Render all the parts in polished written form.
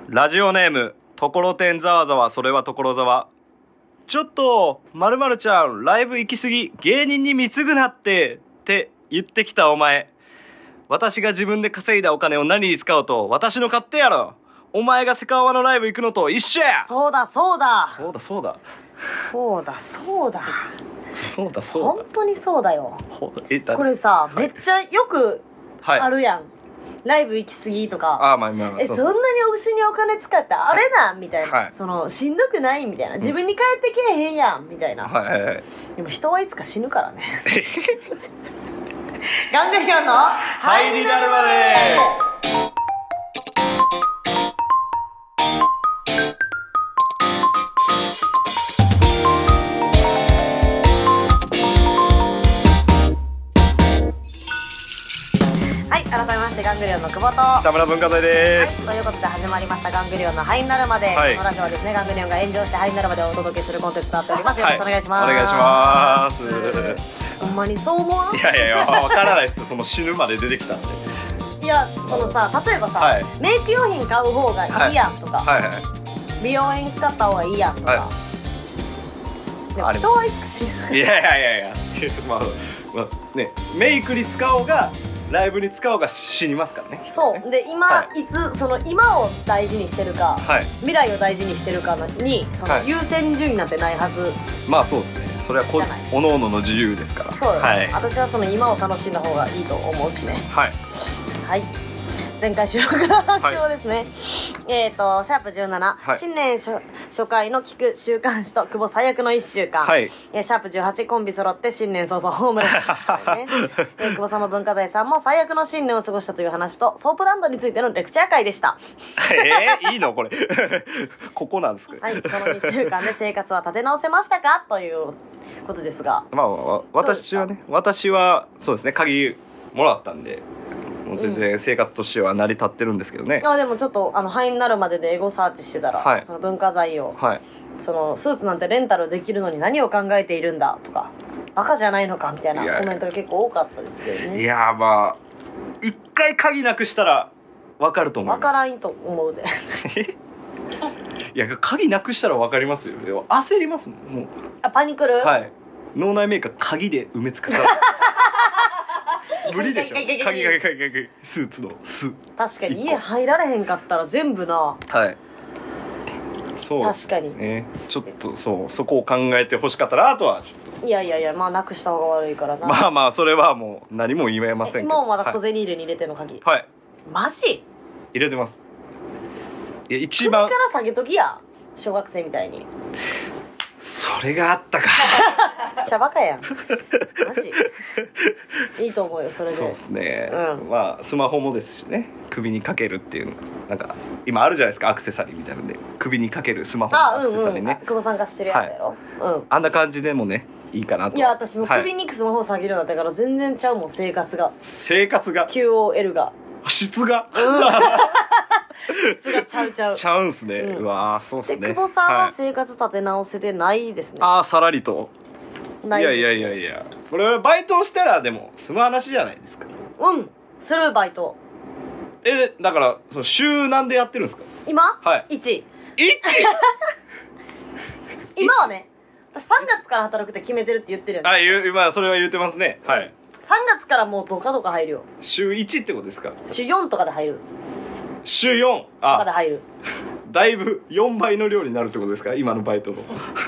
ラジオネームところてんざわざわそれは所沢。ちょっと〇〇ちゃんライブ行き過ぎ、芸人に貢ぐなって言ってきたお前、私が自分で稼いだお金を何に使おうと私の勝手やろ。お前がセカオワのライブ行くのと一緒や。 そうだそうだ本当にそうだよ。これさ、めっちゃよくあるやん、ライブ行き過ぎとか。 そんなにおしにお金使ってあれなみたいな、そのしんどくないみたいな、自分に帰ってけえへんやんみたいな、でも人はいつか死ぬからねガンガリオンの灰になるまで。 はい、改めましてガングリオンの久保と田村文化財です。 ということで始まりましたガングリオンの灰になるまで、このラジオはですね、ガングリオンが炎上して灰になるまでをお届けするコンテンツとなっております。よろしくお願いします。 お願いします。 ほんまにそう思わん？ いやわからないです。その死ぬまで出てきたんで。 いや、そのさ、例えばさ、メイク用品買う方がいいやんとか、美容院使った方がいいやんとか、でも人はいつか死ぬ。いやまあね、メイクに使おうがライブに使おうが死にますからね。 そうで、今、いつその今を大事にしてるか、未来を大事にしてるかにその優先順位なんてないはず。 まあそうですね。それはおのおのの自由ですから。 そう、私はその今を楽しんだ方がいいと思うしね。はい前回収録が今日ですね、シャープ17、新年初回の聞く週刊誌と久保最悪の1週間、シャープ18、コンビ揃って新年早々ホームレス、久保さんも文化財さんも最悪の新年を過ごしたという話とソープランドについてのレクチャー会でした。 いいのこれここなんですか。 この2週間で生活は立て直せましたかということですが、 まあ私はそうですね、鍵もらったんでもう全然生活としては成り立ってるんですけどね。 でもちょっと灰になるまででエゴサーチしてたら、その文化財を、そのスーツなんてレンタルできるのに何を考えているんだとか、バカじゃないのかみたいなコメントが結構多かったですけどね。 いやまあ一回鍵なくしたら分かると思います。 分からんと思うでいや鍵なくしたら分かりますよ。焦りますもん。もうパニクる。 脳内メーカー鍵で埋め尽くされる無理でしょ。鍵スーツのス。確かに家入られへんかったら全部な。 そう確かにちょっとそこを考えてほしかったなとはちょっと。 いやまあなくした方が悪いからな。 まあそれはもう何も言えませんけど。 今もまだ小銭入れに入れてんの鍵。マジ入れてます。いや一番首から下げときや、小学生みたいに。 それがあったかちゃバカやんマジいいと思うよ、それで。 そうですね、まあスマホもですしね、首にかけるっていうのなんか今あるじゃないですか、アクセサリーみたいなんで首にかけるスマホのアクセサリーね。 久保さんが知ってるやつやろ。 あんな感じでもねいいかなと。 いや私も首にスマホ下げるようになったから全然ちゃうもん、生活が QOL が質が質がちゃうんすね。うわそうっすね。 で久保さんは生活立て直せてないですね。 さらりと。いやこれはバイトをしたらでも済む話じゃないですか。 するバイト。 だからその週何でやってるんですか今？1今はね、3月から働くって決めてるって言ってるやん。 今それは言ってますね。3 月からもうドカドカ入るよ。 週1ってことですか。 週4とかで入る。 週4 とかで入る。 だいぶ4倍の量になるってことですか、今のバイトの。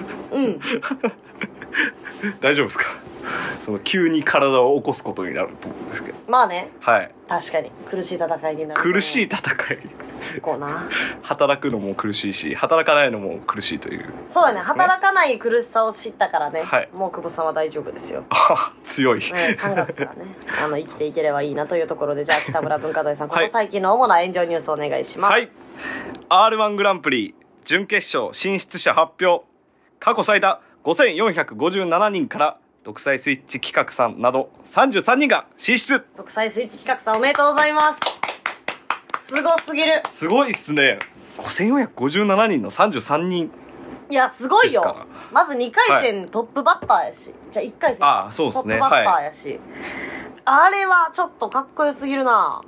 大丈夫ですか、その急に体を起こすことになると思うんですけど。 まあね、確かに苦しい戦いになる。 苦しい戦いこうな、 働くのも苦しいし働かないのも苦しいという。 そうやね、働かない苦しさを知ったからね、もう久保さんは大丈夫ですよ。 強い、 3月からね生きていければいいなというところで、じゃあ北村文化財さん、ここ最近の主な炎上ニュースをお願いします。 R1 グランプリ準決勝進出者発表。過去最多5457人から独裁スイッチ企画さんなど33人が進出。 独裁スイッチ企画さんおめでとうございます。すごすぎる。 すごいっすね。5457人の33人。 いやすごいよ。まず2回戦トップバッターやし、じゃあ1回戦そうですね、 トップバッターやし、あれはちょっとかっこよすぎるな。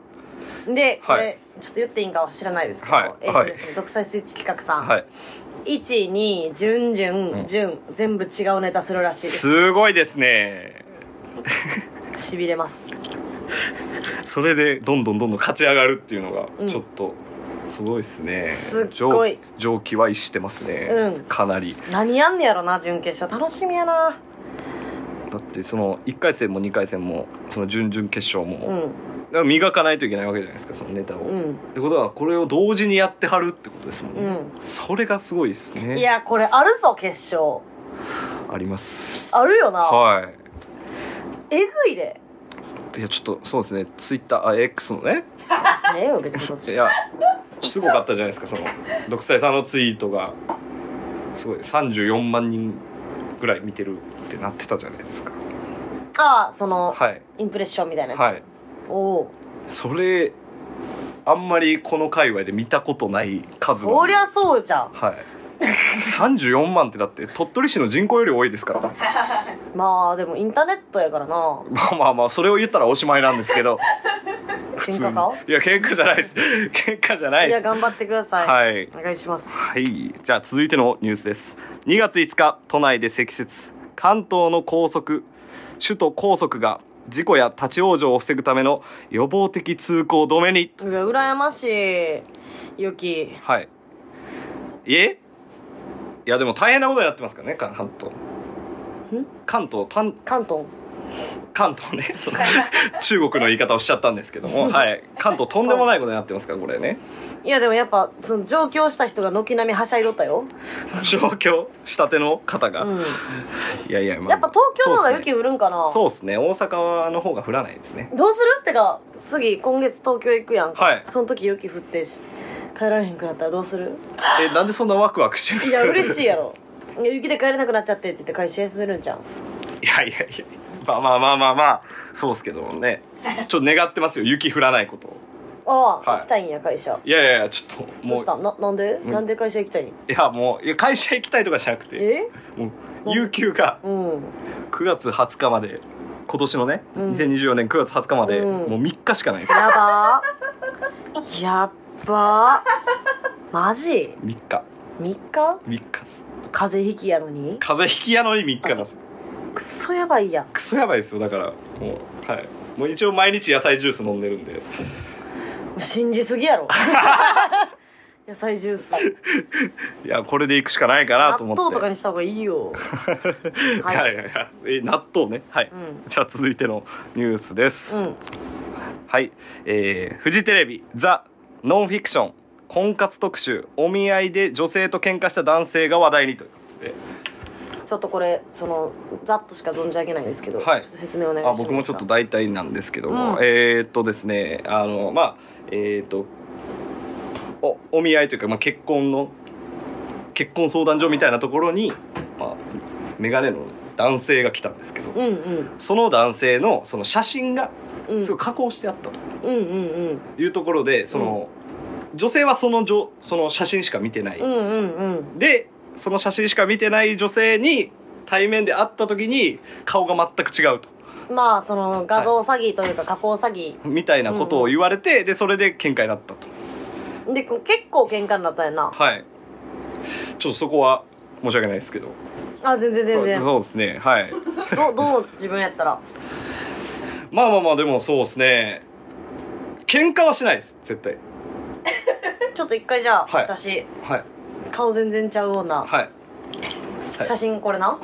でこれ、ちょっと言っていいんかは知らないですけど、ですね、独裁スイッチ企画さん、1、2、準々、準、全部違うネタするらしいです。 すごいですね。 しびれます。 それでどんどん勝ち上がるっていうのがちょっとすごいですね。 すっごい蒸気は逸してますね、かなり。 何やんねやろな、準決勝楽しみやな。 だってその1回戦も2回戦もその準々決勝も、だから磨かないといけないわけじゃないですか、そのネタを、ってことはこれを同時にやってはるってことですもんね、それがすごいですね。 いやこれあるぞ、決勝あります。 あるよな。 はい。 えぐいで。 いやちょっとそうですね、ツイッターX のねええよ別にどっち。 いやすごかったじゃないですか、その独裁さんのツイートがすごい34万人ぐらい見てるってなってたじゃないですか。 ああ、その、インプレッションみたいなやつ。おお。 それあんまりこの界隈で見たことない数。 そりゃそうじゃん。 34万ってだって鳥取市の人口より多いですからまあでもインターネットやからな。 まあそれを言ったらおしまいなんですけど喧嘩か？ いや喧嘩じゃないです喧嘩じゃないです。 いや頑張ってください。お願いします。 じゃあ続いてのニュースです。2月5日都内で積雪。関東の高速首都高速が事故や立ち往生を防ぐための予防的通行止めに。 いや羨ましい雪。 いやでも大変なことになってますからね、関東ねその中国の言い方をしちゃったんですけども関東とんでもないことになってますからこれね。 いやでもやっぱその上京した人が軒並みはしゃいどったよ。 上京したての方が、いや、 やっぱ東京の方が雪降るんかな。 そうですね、大阪の方が降らないですね。 どうするってか次今月東京行くやんか、その時雪降って帰られへんくなったらどうする？ なんでそんなワクワクしてるんですか？ いや嬉しいやろ。雪で帰れなくなっちゃってって言って会社休めるんじゃん。 いやまあそうっすけどね、ちょっと願ってますよ、雪降らないことを。 行きたいんや会社。 いやちょっともうどうしたなんで会社行きたいん？ いや会社行きたいとかじゃなくて、もう有給が9月20日まで、今年のね、2024年9月20日まで、もう3日しかないです。 やばマジ 3日です風邪ひきやのに 3日なんです。 クソやばいやん。 クソやばいですよ。だからもう一応毎日野菜ジュース飲んでるんで。 信じすぎやろ野菜ジュース。 いやこれでいくしかないかなと思って。 納豆とかにした方がいいよ納豆ね。じゃあ続いてのニュースです。フジテレビザ・ノンフィクション婚活特集、お見合いで女性と喧嘩した男性が話題にということで。 ちょっとこれそのざっとしか存じ上げないんですけど、ちょっと説明お願いします。 僕もちょっと大体なんですけども、ですね、お見合いというか、結婚相談所みたいなところに、メガネの男性が来たんですけど、その男性のその写真がすごい加工してあったというところで、その女性はその写真しか見てない、でその写真しか見てない女性に対面で会った時に顔が全く違うと、 その画像詐欺というか加工詐欺みたいなことを言われて、でそれで喧嘩になったと。 で結構喧嘩になったんやな。 ちょっとそこは申し訳ないですけど。 全然そうですね。 どう自分やったら。 まあでもそうですね、喧嘩はしないです絶対。 ちょっと一回じゃあ、私顔全然ちゃうような写真これな。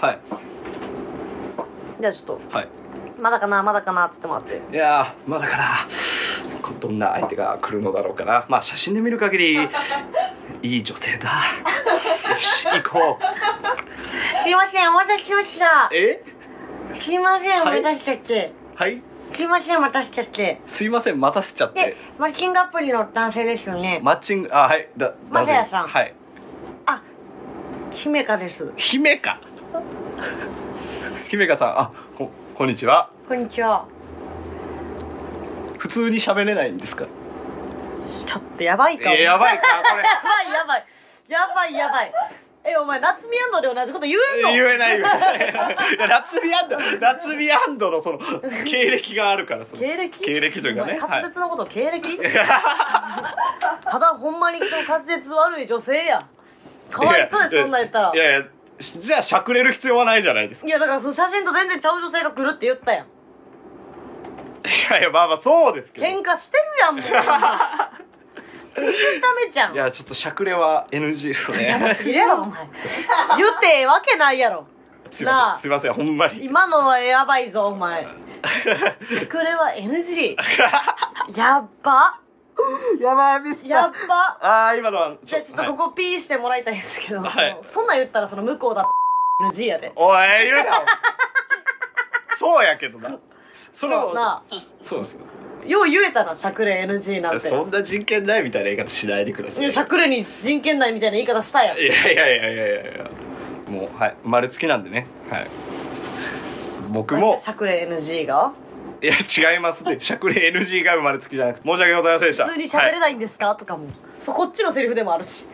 じゃあちょっとまだかなって言ってもらって。 いやまだかな、どんな相手が来るのだろうかな。写真で見る限りいい女性だ。よし行こう。 すいませんお待たせしました。すいませんお待たせしちゃって。すいません待たせちゃって。 すいません待たせちゃって。 マッチングアプリの男性ですよね。 マッチングまさやさん。姫香です。 姫香さん、こんにちは。 こんにちは。 普通に喋れないんですか？ ちょっとやばいか。 やばいかこれ。 やばい。 お前夏美で同じこと言えんの？ 言えないよ。夏美のその経歴があるから。経歴というかね。 滑舌のこと経歴？ただほんまにその滑舌悪い女性や。かわいそうです、そんなん言ったら。 いやじゃあしゃくれる必要はないじゃないですか。 いやだからその写真と全然ちゃう女性が来るって言ったやん。 いやまあそうですけど。 喧嘩してるやんもう。全然ダメじゃん。 いやちょっとしゃくれは NG っすね。 やばすぎるやろお前。言ってええわけないやろ。 すいませんほんまに。 今のはやばいぞお前。しゃくれは NG。やっば。 やばいミスった。 やっば。 今のはじゃあちょっとここピーしてもらいたいんですけど、そんなん言ったらその向こうだって NG やで。 おい言うな。そうやけどな。それはそうです。 よう言えたな、しゃくれ NG なんて。 そんな人権ないみたいな言い方しないでください。 いやしゃくれに人権ないみたいな言い方したやん。 いやもう生まれつきなんでね。僕もしゃくれ NG がいや違いますね。しゃくれ NG が生まれつきじゃなくて申し訳ございませんでした。 普通にしゃべれないんですか、とかもこっちのセリフでもあるし。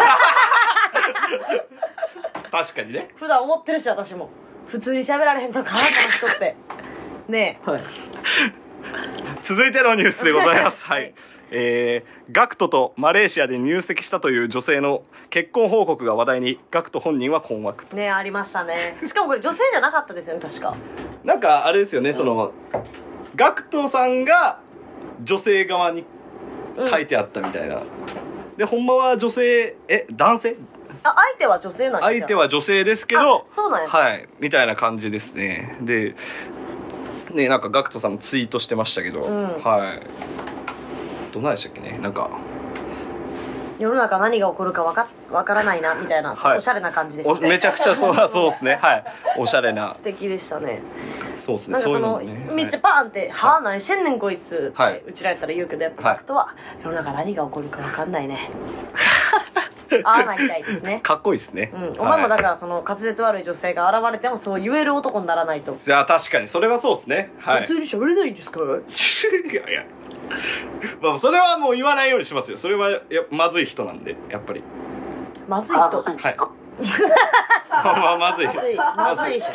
確かにね。 普段思ってるし私も普通にしゃべられへんのかなこの人ってねえ。 続いてのニュースでございます。ガクトとマレーシアで入籍したという女性の結婚報告が話題に、ガクト本人は困惑ね。ありましたね。しかもこれ女性じゃなかったですよね確か。 なんかあれですよね、そのガクトさんが女性側に書いてあったみたいな、でほんまは女性男性相手は女性なん相手は女性ですけど、 そうなんや。 みたいな感じですね。でね、なんかガクトさんもツイートしてましたけど、どないでしたっけね、なんか世の中何が起こるかわからないなみたいな、おしゃれな感じでしたね。 めちゃくちゃそうですね。おしゃれな素敵でしたね。 そうですね。 なんかそのめっちゃバーンって「はあ何してんねんこいつ」ってうちらやったら言うけど、やっぱガクトは世の中何が起こるかわかんないね。ああなりたいですね。 かっこいいですね。 お前もだからその滑舌悪い女性が現れてもそう言える男にならないと。 いや確かにそれはそうですね。 普通に喋れないんですか？いやまあそれはもう言わないようにしますよ。それはまずい人なんで、やっぱりまずい人。まずい人。 まずい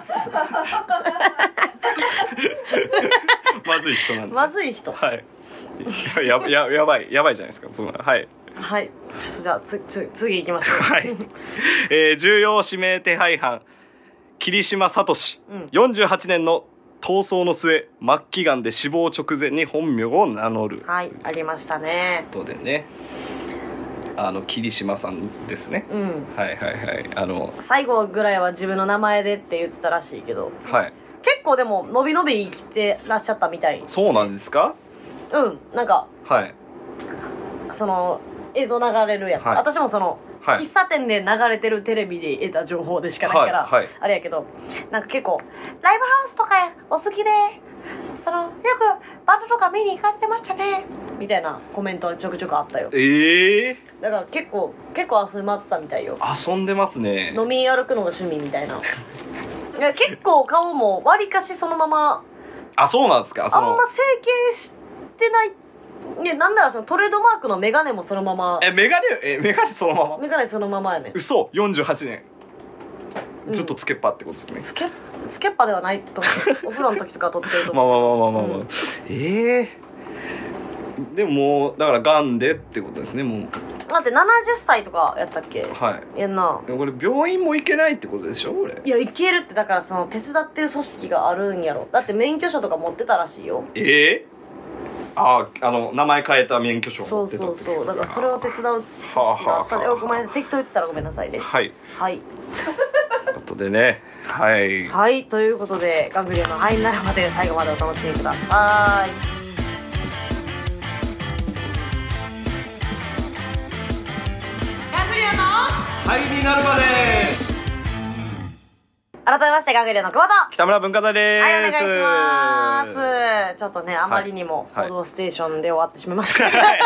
人なんで。 まずい人。 やばいじゃないですか。そんなちょっとじゃあ次行きましょう。 重要指名手配犯桐島聡、48年の逃走の末末期がんで死亡直前に本名を名乗る。 ありましたね。 とでね、桐島さんですね。最後ぐらいは自分の名前でって言ってたらしいけど、結構でものびのび生きてらっしゃったみたい。 そうなんですか？ なんかその映像流れるやん、私もその喫茶店で流れてるテレビで得た情報でしかないから、あれやけど、なんか結構ライブハウスとかお好きでよくバンドとか見に行かれてましたねみたいなコメントはちょくちょくあったよ。だから結構遊び回ってたみたいよ。 遊んでますね。 飲み歩くのが趣味みたいな。いや結構顔もわりかしそのまま。 そうなんですか？ あんま整形してない。なんならそのトレードマークのメガネもそのまま。 メガネそのまま。 メガネそのままやね。 嘘。48年ずっとつけっぱってことですね。つけっぱではないと思う。お風呂の時とか撮ってるとまあでももうだからガンでってことですね。もうだって70歳とかやったっけ？やんな。 これ病院も行けないってことでしょ？これいや行けるって、だからその手伝ってる組織があるんやろ。だって免許証とか持ってたらしいよ。 名前変えた免許証持ってた。 そうだからそれを手伝う組織があったで。ごめんなさい、適当言ってたらごめんなさいね。ということでね、 ということでガングリオンの灰になるまで最後までお楽しみください。ガングリオンの灰になるまで。 改めましてガングリオンの久保と北村文化財です。 お願いします。ちょっとね、あまりにも報道ステーションで終わってしまいました、だ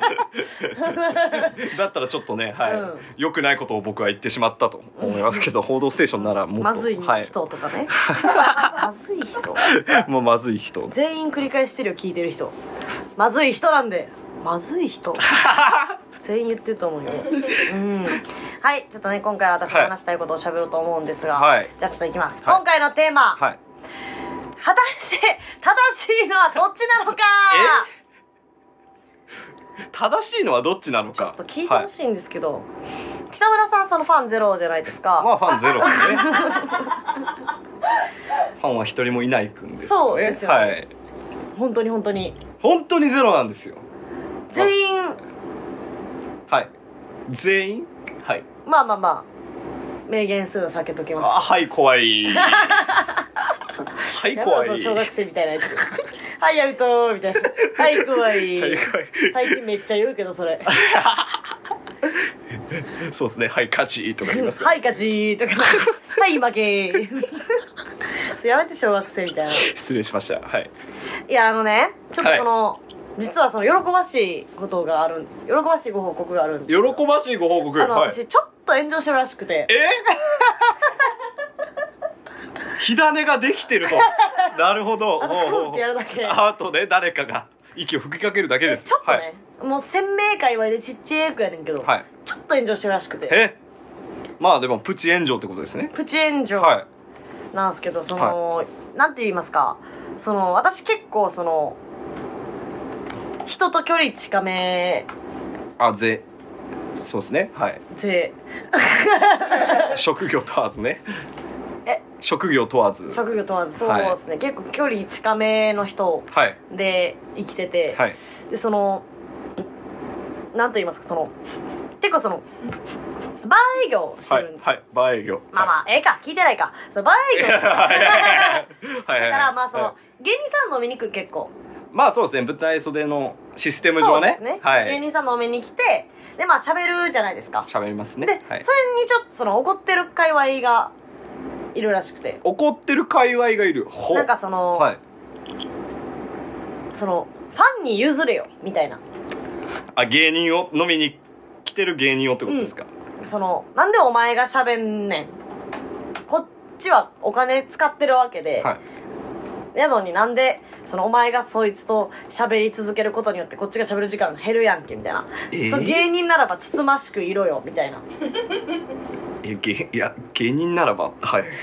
ったらちちょっとね、良くないことを僕は言ってしまったと思いますけど、報道ステーションならもっとまずい人とかね、まずい人もうまずい人全員繰り返してるよ、聞いてる人。まずい人なんで、まずい人全員言ってると思うよ。はい、ちょっとね今回私が話したいことを喋ろうと思うんですが、 はい、 じゃあちょっといきます、今回のテーマ、果たして正しいのはどっちなのか。 正しいのはどっちなのかちょっと聞いてほしいんですけど、北村さんそのファンゼロじゃないですか。 まあファンゼロですね。ファンは一人もいないくんですね。 そうですよね、 はい、 本当にゼロなんですよ。 全員、 はい、全員、はい、 まあ明言するの避けときます。 はい怖い。はい怖い。 小学生みたいなやつ。はいアウトみたいな。はい怖い。最近めっちゃ言うけどそれ。 そうですね。はい勝ちとか言います。 はい勝ちとか。はい負け。やめて小学生みたいな。 失礼しました。はい。 いやちょっとその、実はその喜ばしいことがある、喜ばしいご報告があるんです。 喜ばしいご報告。 私ちょっと炎上してるらしくて。 火種ができてると。なるほど。 やるだけ。 あとね、誰かが息を吹きかけるだけです。 ちょっとね、もう鮮明界隈でちっちゃい役やねんけど、ちょっと炎上してるらしくて。 まあでもプチ炎上ってことですね。 プチ炎上なんですけど、その、なんて言いますか、その私結構その人と距離近め。 そうですね。はい。職業問わずね。職業問わず。そうですね、結構距離近めの人で生きてて、でそのなんと言いますか、その結構そのバー営業してるんですよ。 バー営業。 まあ聞いてないか。そのバー営業してたら、まあその芸人さん飲みに来る。結構まあそうですね、舞台袖のシステム上ね。 そうですね、芸人さん飲みに来て、でまあ喋るじゃないですか。 喋りますね。 でそれにちょっとその怒ってる界隈がいるらしくて。 怒ってる界隈がいる。 なんかその、そのファンに譲れよみたいな。 芸人を飲みに来てる芸人をってことですか。 そのなんでお前が喋んねん、こっちはお金使ってるわけで、やのになんでそのお前がそいつと喋り続けることによってこっちが喋る時間減るやんけみたいな、その芸人ならばつつましくいろよみたいな。 いや芸人ならば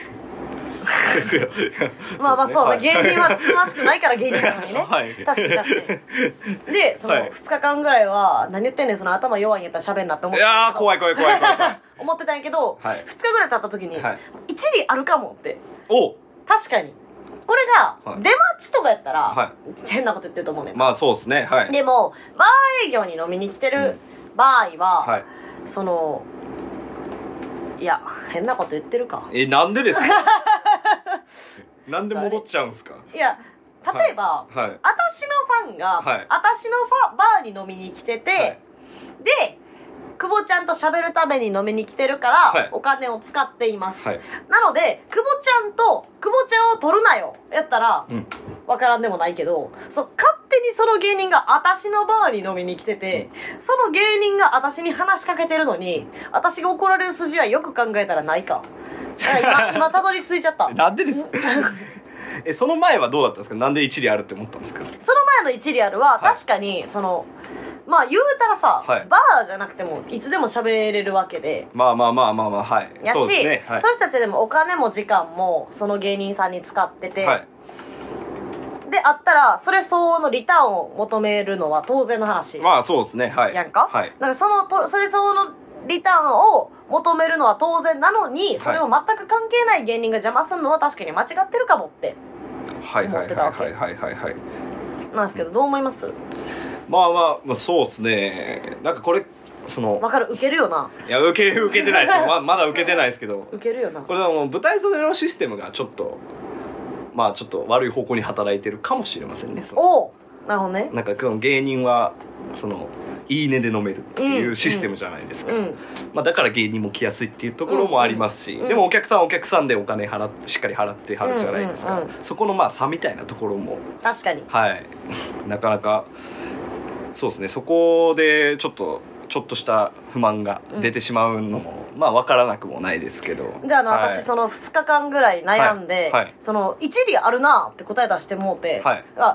まあそうだ、芸人はつつましくないから芸人なのにね。確かに。でその2日間ぐらいは何言ってんねん、その頭弱いんやったら喋んなって思ってた。 いや怖い思ってたんやけど、2日ぐらい経った時に一理あるかもって。確かにこれが出待ちとかやったら変なこと言ってると思うねん。 まあそうですね。 でもバー営業に飲みに来てる場合は、そのいや変なこと言ってるか。 なんでですか。なんで戻っちゃうんですか。 いや例えば、私のファンが、私のバーに飲みに来てて、で久保ちゃんと喋るために飲みに来てるから、お金を使っています、なので久保ちゃんを取るなよやったら、わからんでもないけど、勝手にその芸人が私のバーに飲みに来てて、その芸人が私に話しかけてるのに私が怒られる筋はよく考えたらないか。今たどり着いちゃった。 なんでですか。その前はどうだったんですか。なんで一理あるって思ったんですか。 その前の一理あるは、確かにそのまあ言うたらさ、バーじゃなくてもいつでも喋れるわけで、 まあやし、そういう人たちでもお金も時間もその芸人さんに使ってて、であったらそれ相応のリターンを求めるのは当然の話。 まあそうですね。 やんか。なんかそれ相応のリターンを求めるのは当然なのに、それを全く関係ない芸人が邪魔するのは確かに間違ってるかもって思ってたわけなんですけど、どう思います？ まあそうですね。なんかこれその分かる、受けるよな。 いや受けてないですよ。まだ受けてないですけど受けるよな。 これはもう舞台袖のシステムがちょっとちょっと悪い方向に働いてるかもしれませんね。 なるほどね。 なんかその芸人はそのいいねで飲めるっていうシステムじゃないですか。だから芸人も来やすいっていうところもありますし、でもお客さんでお金しっかり払ってはるじゃないですか。そこの差みたいなところも確かになかなかそうですね。そこでちょっとした不満が出てしまうのも分からなくもないですけど、 で私その2日間ぐらい悩んで、その一理あるなって答え出してもうて、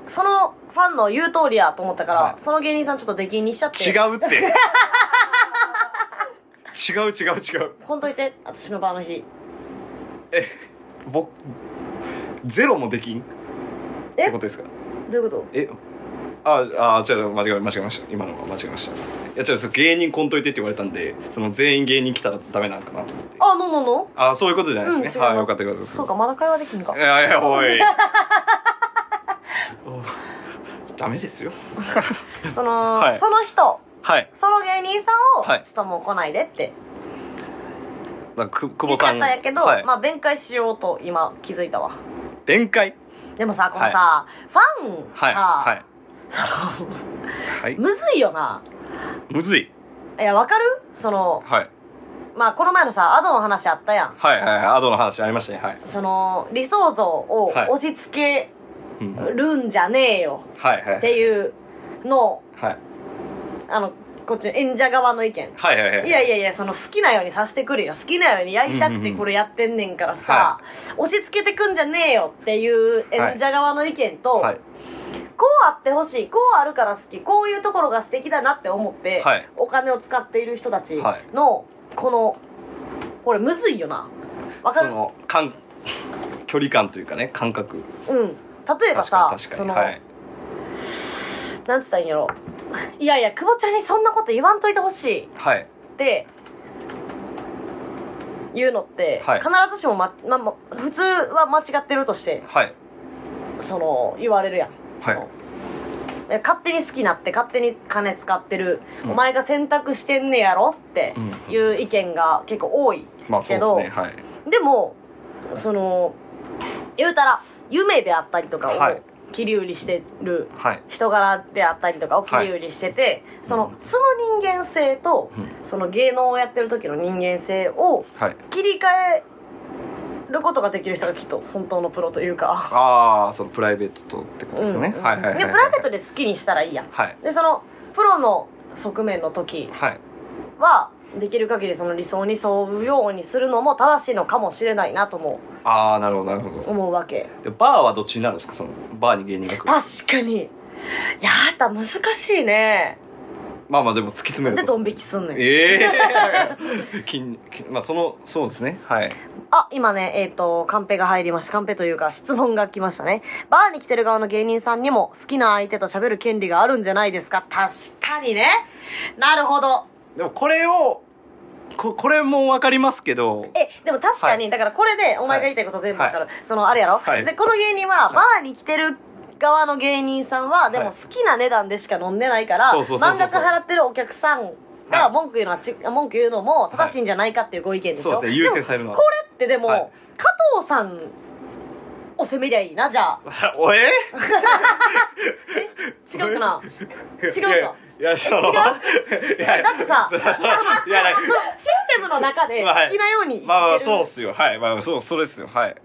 そのファンの言う通りやと思ったから、その芸人さんちょっと出禁にしちゃって。 違うって違うほんといて、私の場の日。 僕ゼロもできんってことですか？ どういうこと？ 違う、間違えました。今のは間違えました。いや違う、芸人こんといてって言われたんで、その全員芸人来たらダメなんかなと思って。ノそういうことじゃないですね。はい、よかったよかったです。 そうか、まだ会話できんか。 いやおいダメですよその人、その芸人さんを、 ちょっともう来ないでって久保言っちゃったんやけど、まあ弁解しようと今気づいたわ。 弁解？ でもさ、このさ、ファンさ、むずいよな。 むずい。 いや、わかる？まあこの前のさ、アドの話あったやん。 アドの話ありましたね。 その理想像を押し付けるんじゃねえよっていうのを、こっちの演者側の意見。いや、その好きなようにさしてくるよ。好きなようにやりたくてこれやってんねんからさ、押し付けてくんじゃねえよっていう演者側の意見と、こうあってほしい、こうあるから好き、こういうところが素敵だなって思って、お金を使っている人たちの、これむずいよな。わかる？ その距離感というかね、感覚。 例えばさ、その、なんつったらいいんやろ。いやいや、久保ちゃんにそんなこと言わんといてほしいっていうのって、必ずしも、普通は間違ってるとして、その言われるやん。勝手に好きになって勝手に金使ってる、お前が選択してんねやろっていう意見が結構多いけど、でもその言うたら夢であったりとかを切り売りしてる、人柄であったりとかを切り売りしてて、その人間性と、その芸能をやってる時の人間性を切り替えることができる人がきっと本当のプロというか、 そのプライベートとってことですね。 プライベートで好きにしたらいいやん。でそのプロの側面の時はできる限りその理想に沿うようにするのも正しいのかもしれないなともなるほど思うわけ。 でバーはどっちになるんですか？そのバーに芸人が来る。 確かに難しいね。 でも突き詰めるでドン引きすんねん。 そうですね。 今ねカンペが入りました。カンペというか質問が来ましたね。バーに来てる側の芸人さんにも好きな相手と喋る権利があるんじゃないですか？確かにね。なるほど。 でもこれも分かりますけど、 でも確かに、だからこれでお前が言いたいこと全部分かる、そのあれやろ、でこの芸人はバーに来てる側の芸人さんはでも好きな値段でしか飲んでないから、満額払ってるお客さんが文句言うのも正しいんじゃないかっていうご意見でしょ。 そうですね、優先されるのは。 これってでも、加藤さんを責めりゃいいな、じゃあ。違うかな？違うか。 だってさ、 システムの中で好きなようにそうっすよ。そうですよ。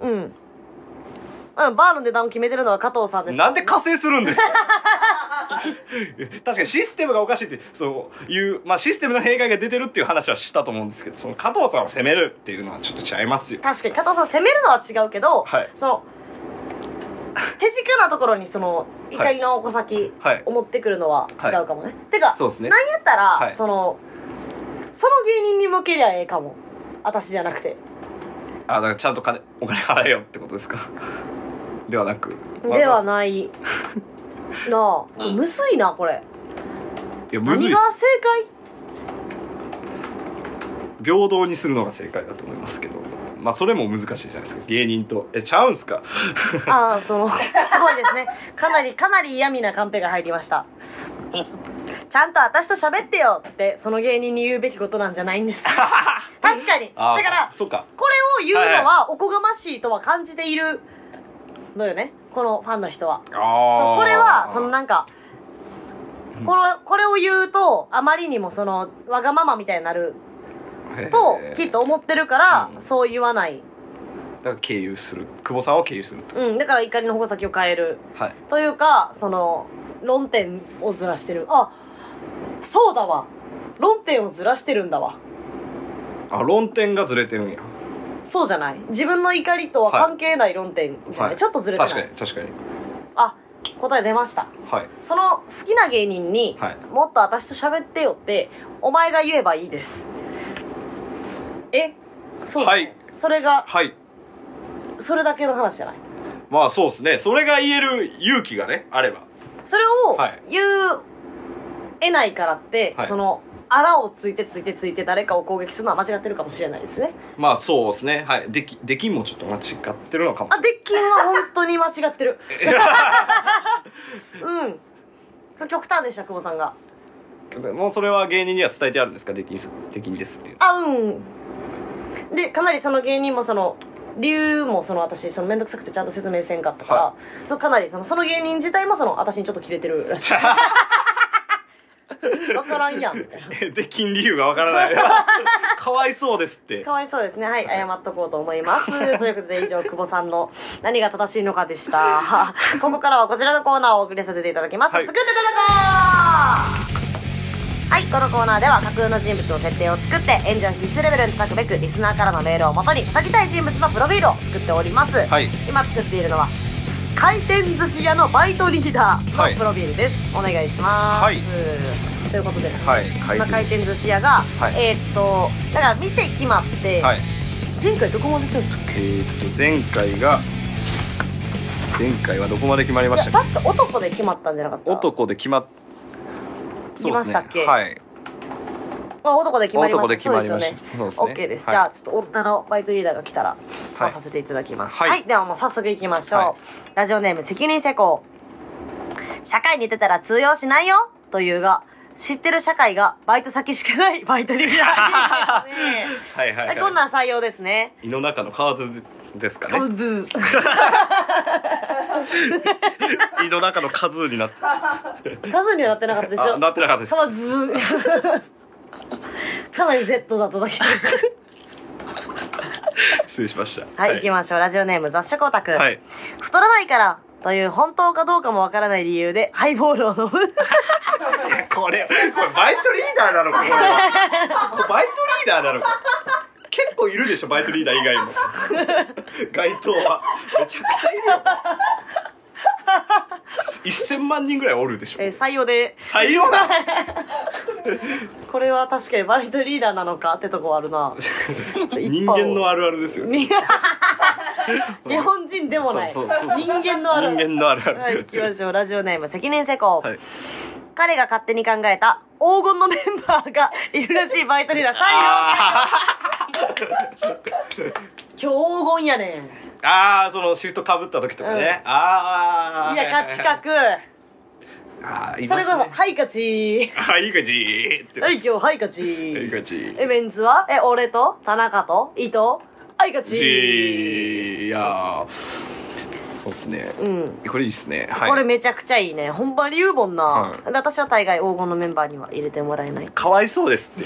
バーの値段を決めてるのは加藤さんです。 なんで加勢するんですか？確かにシステムがおかしいってそういう、システムの弊害が出てるっていう話はしたと思うんですけど、その加藤さんを責めるっていうのはちょっと違いますよ。 確かに加藤さんを責めるのは違うけど、その手近なところにその怒りの矛先を持ってくるのは違うかもね。てか、なんやったら、その芸人に向けりゃええかも。私じゃなくて。 だからちゃんとお金払えよってことですか？ではなく。 ではない。なあ、むずいなこれ。 むずい。 何が正解？ 平等にするのが正解だと思いますけど。それも難しいじゃないですか、芸人と。ちゃうんすか？ すごいですね。かなり嫌味なカンペが入りました。ちゃんと私と喋ってよってその芸人に言うべきことなんじゃないんですか？確かに。だからこれを言うのはおこがましいとは感じているのよね、このファンの人は。これはそのなんかこれを言うとあまりにもそのわがままみたいになるときっと思ってるから、そう言わない。 だから経由する、久保さんを経由すると。 だから怒りの矛先を変える、というかその論点をずらしてる。そうだわ、論点をずらしてるんだわ。 論点がずれてるんや。そうじゃない？自分の怒りとは関係ない論点じゃない？ちょっとずれてない？ 確かに答え出ました。 はい。 その好きな芸人に、 はい、 もっと私と喋ってよってお前が言えばいいです。そう、ね、 はい、 それが、 はい、 それだけの話じゃない。 まあそうですね。それが言える勇気がねあれば、 それを言えないからって、はい、そのあらをついて誰かを攻撃するのは間違ってるかもしれないですね。 まあそうですね。はい。できんもちょっと間違ってるのかも。 できんは本当に間違ってる。うん。極端でした、久保さんが。 もうそれは芸人には伝えてあるんですか？できんですっていう。 でかなりその芸人もその理由もその私その面倒くさくてちゃんと説明せんかったから、はい、かなりその芸人自体もその私にちょっとキレてるらしい。分からんやんみたいな。 できん理由が分からない。かわいそうですって。 かわいそうですね。はい、謝っとこうと思います。ということで以上久保さんの何が正しいのかでした。ここからはこちらのコーナーをお送りさせていただきます。はい、作っていただこう。はい、このコーナーでは架空の人物の設定を作って炎上必須レベルに叩くべくリスナーからのメールをもとに叩きたい人物のプロフィールを作っております。はい、今作っているのは回転寿司屋のバイトリーダーのプロフィールです。はい、お願いします。はい、ということで、はい、今回転寿司屋が、はい、だから店決まって、はい、前回どこまで来たんですか？ 前回はどこまで決まりましたっけ？ 確か男で決まったんじゃなかった？ 男で決まっ決ましたっけ？ はい。 男で決まりました。 そうですよね。OK です。じゃあちょっと女のバイトリーダーが来たら回させていただきます。はい。ではもう早速いきましょう。ラジオネーム責任施工。社会に出たら通用しないよというが、知ってる社会がバイト先しかないバイトリーダー。はいはい。こんなん採用ですね。 胃の中の蛙ですかね。胃の中の数になって。 数にはなってなかったですよ。 なってなかったです。 かなり Z だっただけです。 失礼しました。 はい、行きましょう。ラジオネーム雑食オタク。はい。太らないからという本当かどうかもわからない理由でハイボールを飲む。いやこれバイトリーダーなのか？これはバイトリーダーなのか？結構いるでしょ、バイトリーダー以外も。街頭はめちゃくちゃいるよ。1000万人ぐらいおるでしょ。 採用で。 採用だ。 これは確かにバイトリーダーなのかってとこあるな。 人間のあるあるですよね。 日本人でもない。人間のあるある。 人間のあるある。 はい、行きましょう。ラジオネーム責任施工。はい、彼が勝手に考えた黄金のメンバーがいるらしいバイトリーダー採用。今日黄金やねん。 そのシフトかぶった時とかね。いや価値格。それこそはい勝ち。 はい勝ち。 はい今日はい勝ち。 はい勝ち。 メンツは俺と田中と伊藤はい勝ち。 いやそうっすね。これいいっすね。 これめちゃくちゃいいね。ほんまに言うもんな。私は大概黄金のメンバーには入れてもらえない。 かわいそうですって。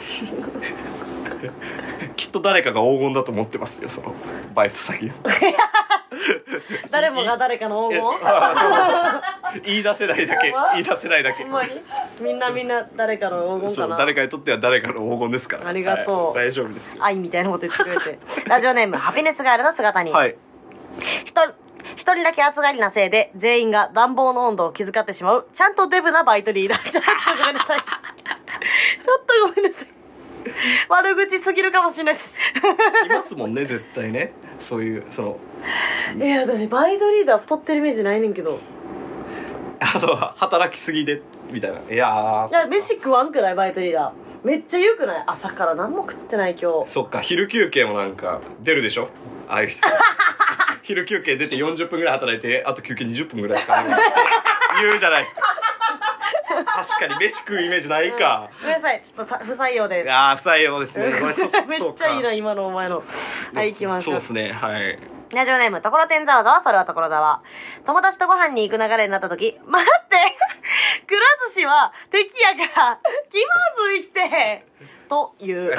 きっと誰かが黄金だと思ってますよ、そのバイト先。 誰もが誰かの黄金。 言い出せないだけ。言い出せないだけ。 ほんまにみんな誰かの黄金かな。 誰かにとっては誰かの黄金ですから。 ありがとう。 大丈夫ですよ。 愛みたいなこと言ってくれて。ラジオネームハピネスガールの姿に。はい。一人だけ暑がりなせいで全員が暖房の温度を気遣ってしまうちゃんとデブなバイトリーダー。ちょっとごめんなさい。ちょっとごめんなさい。悪口すぎるかもしれないです。 いますもんね絶対ね、そういうその。 私バイトリーダー太ってるイメージないねんけど。 働きすぎでみたいな。いや飯食わんくないバイトリーダー。めっちゃ言うくない？朝から何も食ってない今日。 そっか、昼休憩もなんか出るでしょ、ああいう人。昼休憩出て40分ぐらい働いてあと休憩20分ぐらいしかないって言うじゃないですか。確かに飯食うイメージないか。 ごめんなさい、ちょっと不採用です。 不採用ですね。 めっちゃいいな今のお前の。はい、行きましょう。 そうですね。はい。 ラジオネームところてんざわざわ、それはところざわ。友達とご飯に行く流れになった時、待ってくら寿司は敵やから気まずいってという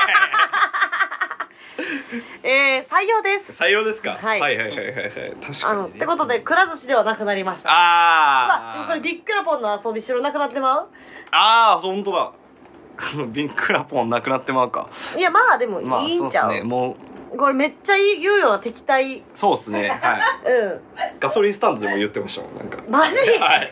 採用です。 採用ですか。 はいはい確かに。 ってことでくら寿司ではなくなりました。でもこれビッくらポンの遊びしろなくなってまう。 本当だ。ビッくらポンなくなってまうか。 いやまあでもいいんちゃう。 もうこれめっちゃ言うよな、敵対。 そうですね、はいガソリンスタンドでも言ってましたもん、なんか。 マジはい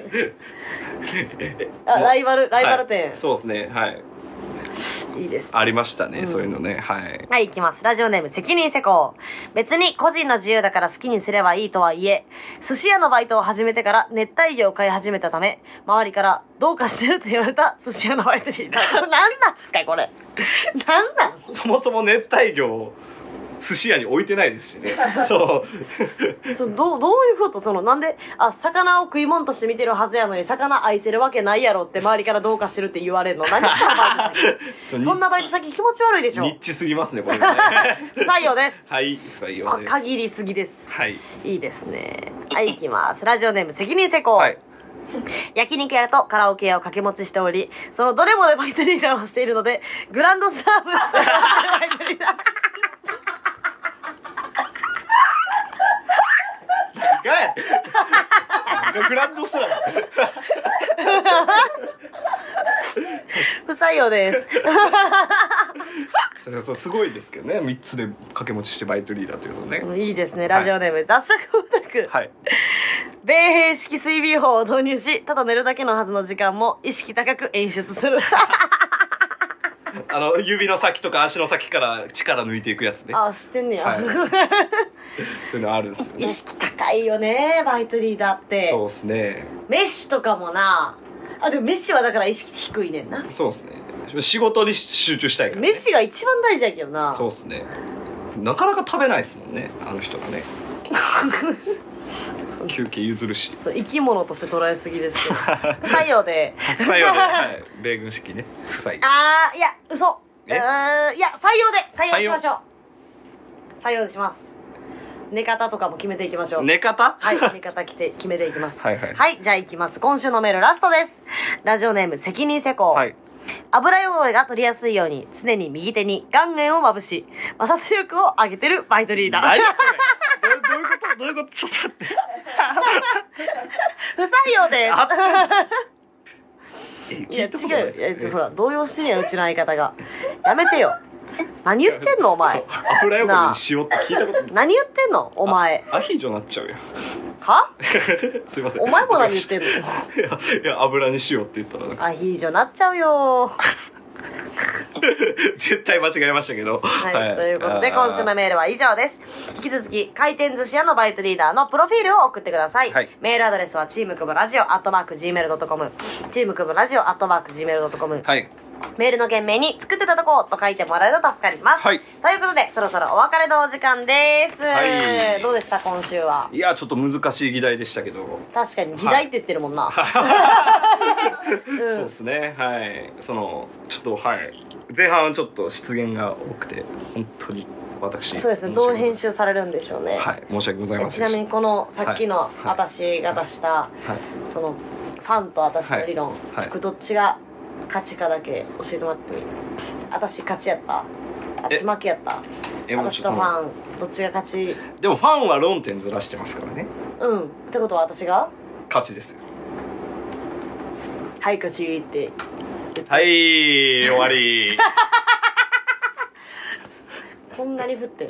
ライバル店、 そうですね、はい、 いいです、 ありましたね、そういうのね。はい、 行きます。ラジオネーム責任施工。別に個人の自由だから好きにすればいいとはいえ、寿司屋のバイトを始めてから熱帯魚を飼い始めたため、周りからどうかしてると言われた寿司屋のバイトにいた。何なんすかこれ。何なん。 そもそも熱帯魚を寿司屋に置いてないですしね。そうどういうこと。なんで魚を食い物として見てるはずやのに魚愛せるわけないやろって周りからどうかしてるって言われるの。何そのバイト先。そんなバイト先気持ち悪いでしょ。 ニッチすぎますねこれね。 不採用です。 はい、不採用です。 限りすぎです。 はい、 いいですね。はい、行きます。ラジオネーム責任施工。 はい、 焼肉屋とカラオケ屋を掛け持ちしており、そのどれもでバイトリーダーをしているので、グランドスラムと呼ばれるバイトリーダー。 グランドスラム。 不採用です。 すごいですけどね、3つで掛け持ちしてバイトリーダーというのね。 いいですね。ラジオネーム、雑食オタク。 はい、 米兵式睡眠法を導入し、ただ寝るだけのはずの時間も意識高く演出する。 指の先とか足の先から力抜いていくやつね。 知ってんねや、 はい、そういうのあるんですよね。 意識高いよねバイトリーダーって。 そうですね。 メッシとかもな。でもメッシはだから意識低いねんな。 そうですね、仕事に集中したいから、ね、 メッシが一番大事やけどな。 そうですね。なかなか食べないですもんね、あの人がね。休憩譲るし。 そう生き物として捉えすぎですけど。不採用で。 不採用で、はい、米軍式ね、不採用。 いや嘘。いや採用で採用しましょう。採用します。寝方とかも決めていきましょう。 寝方？ はい、寝方決めていきます。 はい、 じゃあいきます。今週のメールラストです。ラジオネーム責任施工。 はい。 油汚れが取りやすいように常に右手に岩塩をまぶし摩擦力を上げてるバイトリーダー。 何これ。どういうことちょっと待って。 不採用です。いや違う、ほら動揺してんやんうちの相方が。やめてよ。何言ってんのお前。 油汚れに塩って聞いたことない。 何言ってんのお前。 アヒージョになっちゃうよ。 は？ すいません。 お前も何言ってんの。いや油に塩って言ったらアヒージョになっちゃうよ。 絶対間違えましたけど。 はい、ということで今週のメールは以上です。引き続き回転寿司屋のバイトリーダーのプロフィールを送ってください。メールアドレスはチームクムラジオ@gmail.com、チームクムラジオ@gmail.com。はい。メールの件名に作ってたとこと書いてもらえると助かります。はい。ということでそろそろお別れのお時間です。はい。どうでした今週は。いやちょっと難しい議題でしたけど。 確かに議題って言ってるもんな。 そうですね。はい。ちょっと前半はちょっと失言が多くて本当に私。 そうですね。どう編集されるんでしょうね。 はい。申し訳ございません。 ちなみにこのさっきの私が出したそのファンと私の理論、どっちが勝ちかだけ教えてもらってもいい？私勝ちやった？私負けやった？私とファンどっちが勝ち？ でもファンは論点ずらしてますからね。 ってことは私が勝ちですよ。 はい勝ちって言って。 はい終わり。 こんなに降ってる。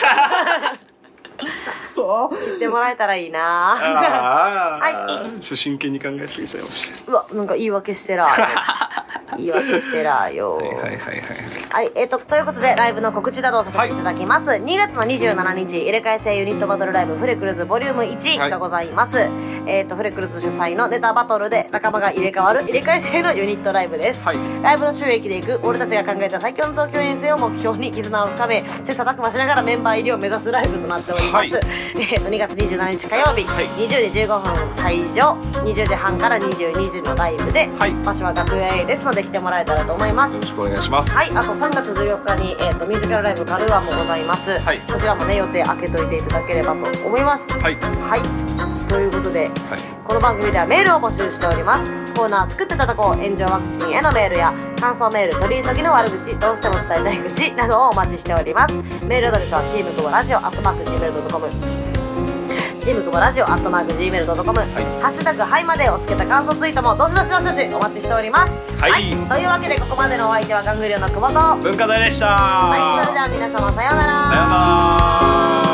聞いてもらえたらいいな。 はい。真剣に考えすぎちゃいました。 うわなんか言い訳してら言い訳してらよ。はいということでライブの告知などをさせていただきます。2月の27日入れ替え制ユニットバトルライブフレクルズボリューム1がございます。フレクルズ主催のネタバトルで仲間が入れ替わる入れ替え制のユニットライブです。ライブの収益でいく俺たちが考えた最強の東京遠征を目標に絆を深め切磋琢磨しながらメンバー入りを目指すライブとなっております。2月27日火曜日、20時15分会場、20時半から22時のライブで、場所は楽屋 A ですので来てもらえたらと思います。 よろしくお願いします。 あと3月14日に、ミュージカルライブカルーアもございます。こちらもね予定開けといていただければと思います。ということで、この番組ではメールを募集しております。コーナー作ってたとこ炎上ワクチンへのメールや感想メール、取り急ぎの悪口、どうしても伝えたい口などをお待ちしております。メールアドレスはチームクボラジオ@gmail.com。 チームくぼラジオ@gmail.com、ハッシュタグはいまでをつけた感想ツイートもどしどしどしどしお待ちしております。はい、というわけでここまでのお相手はガングリオンの久保と文化大でした。 はい、それでは皆様さようなら。 さようなら。